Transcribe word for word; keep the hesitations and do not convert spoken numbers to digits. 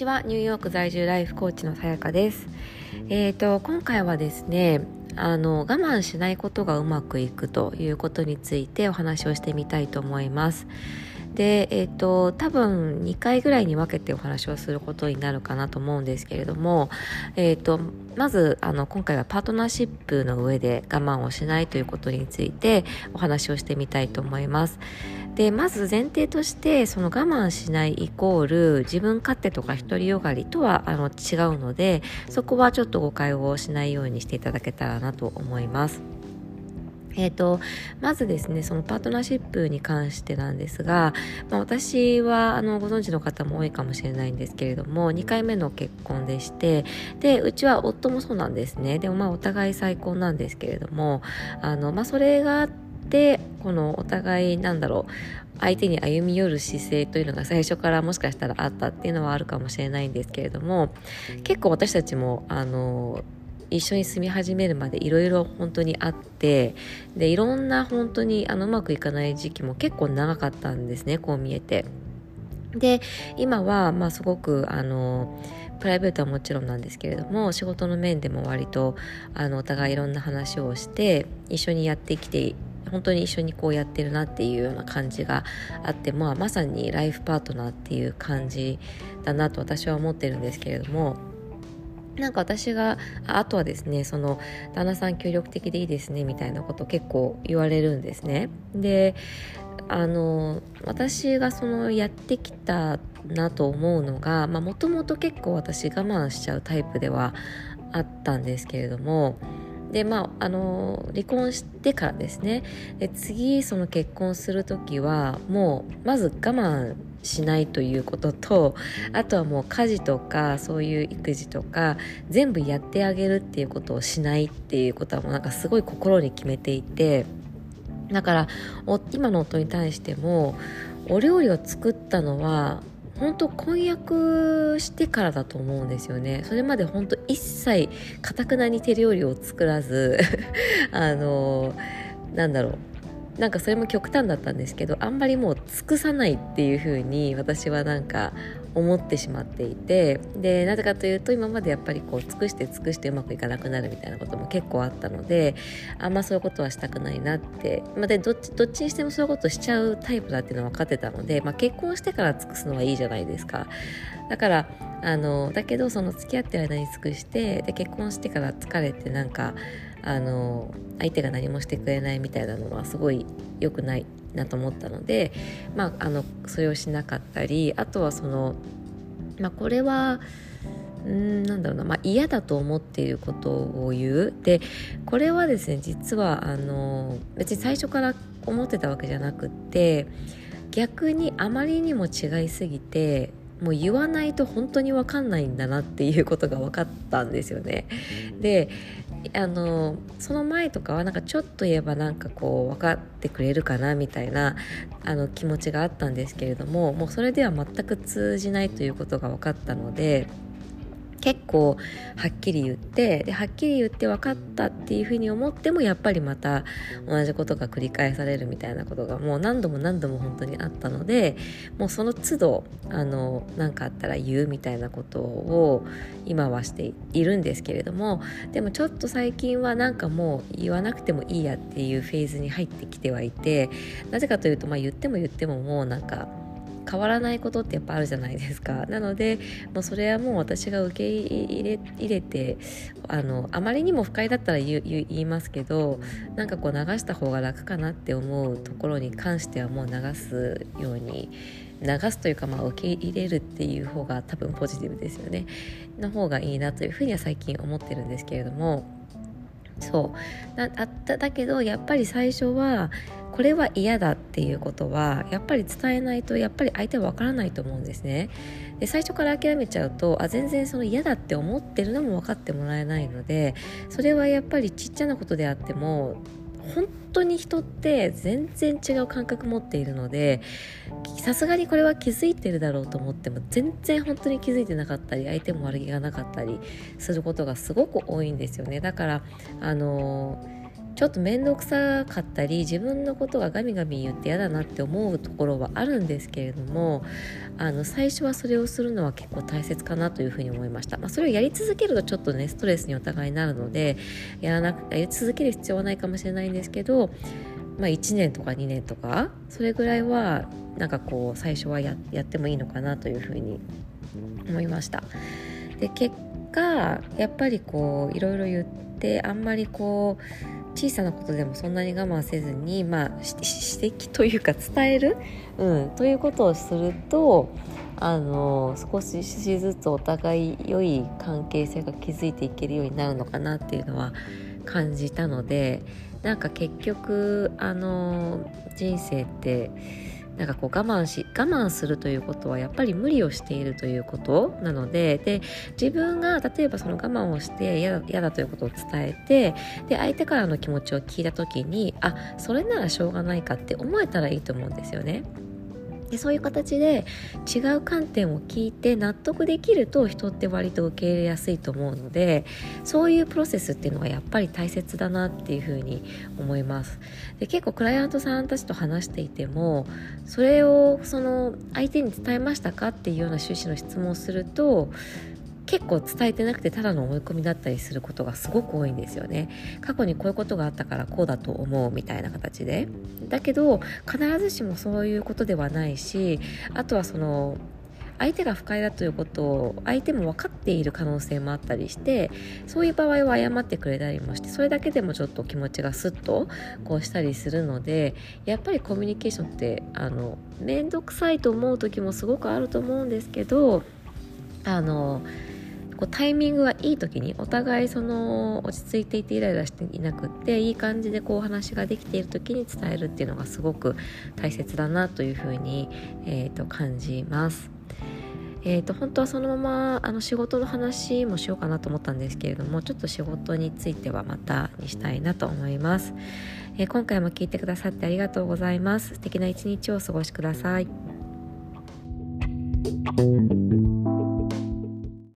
ちは。ニューヨーク在住ライフコーチのさやかです。えーと今回はですねあの我慢しないことがうまくいくということについてお話をしてみたいと思います。で、えーと多分にかいぐらいに分けてお話をすることになるかなと思うんですけれども、えーとまずあの今回はパートナーシップの上で我慢をしないということについてお話をしてみたいと思います。でまず前提としてその我慢しないイコール自分勝手とか独りよがりとはあの違うので、そこはちょっと誤解をしないようにしていただけたらなと思います。えーと、まずですねそのパートナーシップに関してなんですが、まあ、私はあのご存知の方も多いかもしれないんですけれどもにかいめの結婚でして、でうちは夫もそうなんですね。でもまあお互い再婚なんですけれども、あの、まあ、それがあってでこのお互いなんだろう相手に歩み寄る姿勢というのが最初からもしかしたらあったっていうのはあるかもしれないんですけれども、結構私たちもあの一緒に住み始めるまでいろいろ本当にあって、でいろんな本当にあのうまくいかない時期も結構長かったんですね、こう見えて。で今はまあすごくあのプライベートはもちろんなんですけれども仕事の面でも割とあのお互いいろんな話をして一緒にやってきて本当に一緒にこうやってるなっていうような感じがあって、まあ、まさにライフパートナーっていう感じだなと私は思ってるんですけれども、なんか私があとはですねその旦那さん協力的でいいですねみたいなことを結構言われるんですね。であの私がそのやってきたなと思うのがもともと結構私我慢しちゃうタイプではあったんですけれども、でまあ、あの離婚してからですねで次その結婚する時はもうまず我慢しないということと、あとはもう家事とかそういう育児とか全部やってあげるっていうことをしないっていうことはもうなんかすごい心に決めていて、だから今の夫に対してもお料理を作ったのは本当婚約してからだと思うんですよね。それまで本当一切堅くなに手料理を作らずあのなんだろうなんかそれも極端だったんですけど、あんまりもう尽くさないっていう風に私はなんか思ってしまっていて、でなぜかというと今までやっぱりこう尽くして尽くしてうまくいかなくなるみたいなことも結構あったので、あんまそういうことはしたくないなって、まあ、でどっちどっちにしてもそういうことしちゃうタイプだっていうのは分かってたので、まあ、結婚してから尽くすのはいいじゃないですか。だからあのだけどその付き合ってる間に尽くしてで結婚してから疲れてなんかあの相手が何もしてくれないみたいなのはすごい良くないなと思ったので、まあ、あのそれをしなかったり、あとはその、まあ、これはうーんなんだろうな、まあ、嫌だと思っていることを言う。でこれはですね実はあの別に最初から思ってたわけじゃなくって、逆にあまりにも違いすぎてもう言わないと本当に分かんないんだなっていうことが分かったんですよね。であのその前とかはなんかちょっと言えばなんかこう分かってくれるかなみたいなあの気持ちがあったんですけれども、もうそれでは全く通じないということが分かったので、結構はっきり言ってではっきり言って分かったっていうふうに思ってもやっぱりまた同じことが繰り返されるみたいなことがもう何度も何度も本当にあったので、もうその都度あの何かあったら言うみたいなことを今はしているんですけれども、でもちょっと最近はなんかもう言わなくてもいいやっていうフェーズに入ってきてはいて、なぜかというと、まあ、言っても言ってももうなんか変わらないことってやっぱあるじゃないですか。なのでもうそれはもう私が受け入れ入れてあのあまりにも不快だったら言う言いますけど、なんかこう流した方が楽かなって思うところに関してはもう流すように流すというか、まあ、受け入れるっていう方が多分ポジティブですよねの方がいいなというふうには最近思ってるんですけれども、そうだだだけどやっぱり最初はこれは嫌だっていうことはやっぱり伝えないとやっぱり相手は分からないと思うんですね。で最初から諦めちゃうとあ全然その嫌だって思ってるのも分かってもらえないので、それはやっぱりちっちゃなことであっても本当に人って全然違う感覚持っているので、さすがにこれは気づいてるだろうと思っても全然本当に気づいてなかったり相手も悪気がなかったりすることがすごく多いんですよね。だからあのーちょっと面倒くさかったり自分のことがガミガミ言って嫌だなって思うところはあるんですけれども、あの最初はそれをするのは結構大切かなというふうに思いました。まあ、それをやり続けるとちょっとねストレスにお互いになるのでやらなくやり続ける必要はないかもしれないんですけど、まあ、いちねんとかにねんとかそれぐらいはなんかこう最初は や, やってもいいのかなというふうに思いました。で結果やっぱりこういろいろ言ってあんまりこう小さなことでもそんなに我慢せずに、まあ、指摘というか伝える、うん、ということをするとあの少しずつお互い良い関係性が築いていけるようになるのかなっていうのは感じたので、なんか結局あの人生ってなんかこう我慢し我慢するということはやっぱり無理をしているということなので、で自分が例えばその我慢をして嫌だ、嫌だということを伝えて、で相手からの気持ちを聞いた時にあそれならしょうがないかって思えたらいいと思うんですよね。でそういう形で違う観点を聞いて納得できると人って割と受け入れやすいと思うので、そういうプロセスっていうのがやっぱり大切だなっていうふうに思います。で結構クライアントさんたちと話していてもそれをその相手に伝えましたかっていうような趣旨の質問をすると結構伝えてなくてただの思い込みだったりすることがすごく多いんですよね。過去にこういうことがあったからこうだと思うみたいな形で、だけど必ずしもそういうことではないし、あとはその相手が不快だということを相手も分かっている可能性もあったりして、そういう場合は謝ってくれたりもして、それだけでもちょっと気持ちがスッとこうしたりするので、やっぱりコミュニケーションってあの面倒くさいと思う時もすごくあると思うんですけど、あのこうタイミングがいい時にお互いその落ち着いていてイライラしていなくっていい感じでこうお話ができている時に伝えるっていうのがすごく大切だなというふうに、えー、と感じます。えー、と本当はそのままあの仕事の話もしようかなと思ったんですけれども、ちょっと仕事についてはまたにしたいなと思います。えー、今回も聞いてくださってありがとうございます。素敵な一日をお過ごしください。